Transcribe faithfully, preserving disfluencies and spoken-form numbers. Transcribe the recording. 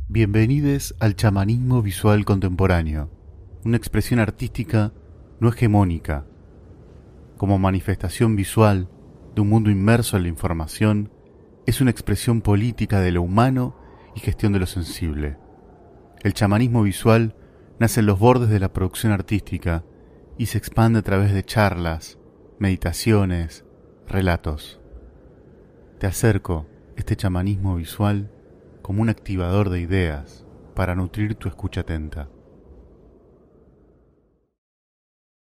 Bienvenidos al chamanismo visual contemporáneo, una expresión artística no hegemónica. Como manifestación visual de un mundo inmerso en la información, es una expresión política de lo humano y gestión de lo sensible. El chamanismo visual nace en los bordes de la producción artística y se expande a través de charlas, meditaciones, relatos. Te acerco este chamanismo visual como un activador de ideas para nutrir tu escucha atenta.